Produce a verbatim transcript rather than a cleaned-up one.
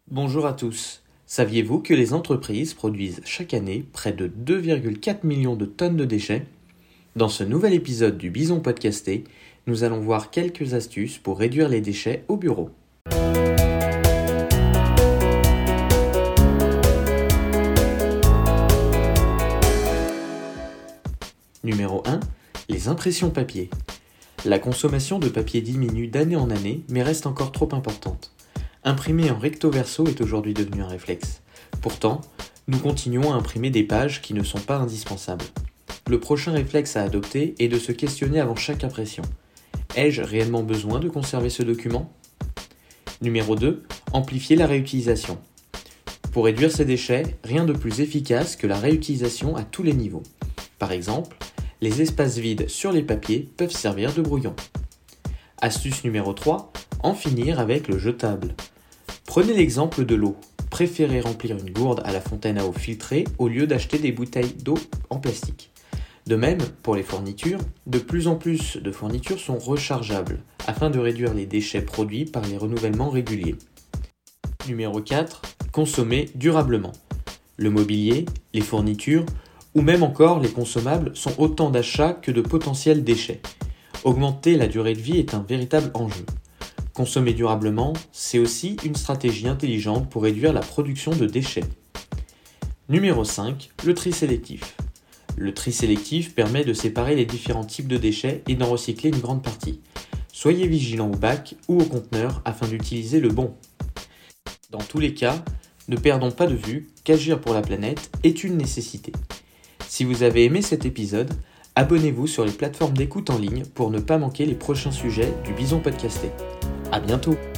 Bonjour à tous. Saviez-vous que les entreprises produisent chaque année près de deux virgule quatre millions de tonnes de déchets ? Dans ce nouvel épisode du Bison Podcasté, nous allons voir quelques astuces pour réduire les déchets au bureau. Numéro un. Les impressions papier. La consommation de papier diminue d'année en année, mais reste encore trop importante. Imprimer en recto verso est aujourd'hui devenu un réflexe. Pourtant, nous continuons à imprimer des pages qui ne sont pas indispensables. Le prochain réflexe à adopter est de se questionner avant chaque impression. Ai-je réellement besoin de conserver ce document ? Numéro deux. Amplifier la réutilisation. Pour réduire ces déchets, rien de plus efficace que la réutilisation à tous les niveaux. Par exemple, les espaces vides sur les papiers peuvent servir de brouillon. Astuce numéro trois. En finir avec le jetable. Prenez l'exemple de l'eau. Préférez remplir une gourde à la fontaine à eau filtrée au lieu d'acheter des bouteilles d'eau en plastique. De même, pour les fournitures, de plus en plus de fournitures sont rechargeables afin de réduire les déchets produits par les renouvellements réguliers. Numéro quatre. Consommer durablement. Le mobilier, les fournitures ou même encore les consommables sont autant d'achats que de potentiels déchets. Augmenter la durée de vie est un véritable enjeu. Consommer durablement, c'est aussi une stratégie intelligente pour réduire la production de déchets. Numéro cinq. Le tri sélectif. Le tri sélectif permet de séparer les différents types de déchets et d'en recycler une grande partie. Soyez vigilant au bac ou au conteneur afin d'utiliser le bon. Dans tous les cas, ne perdons pas de vue qu'agir pour la planète est une nécessité. Si vous avez aimé cet épisode, abonnez-vous sur les plateformes d'écoute en ligne pour ne pas manquer les prochains sujets du Bison Podcasté. À bientôt.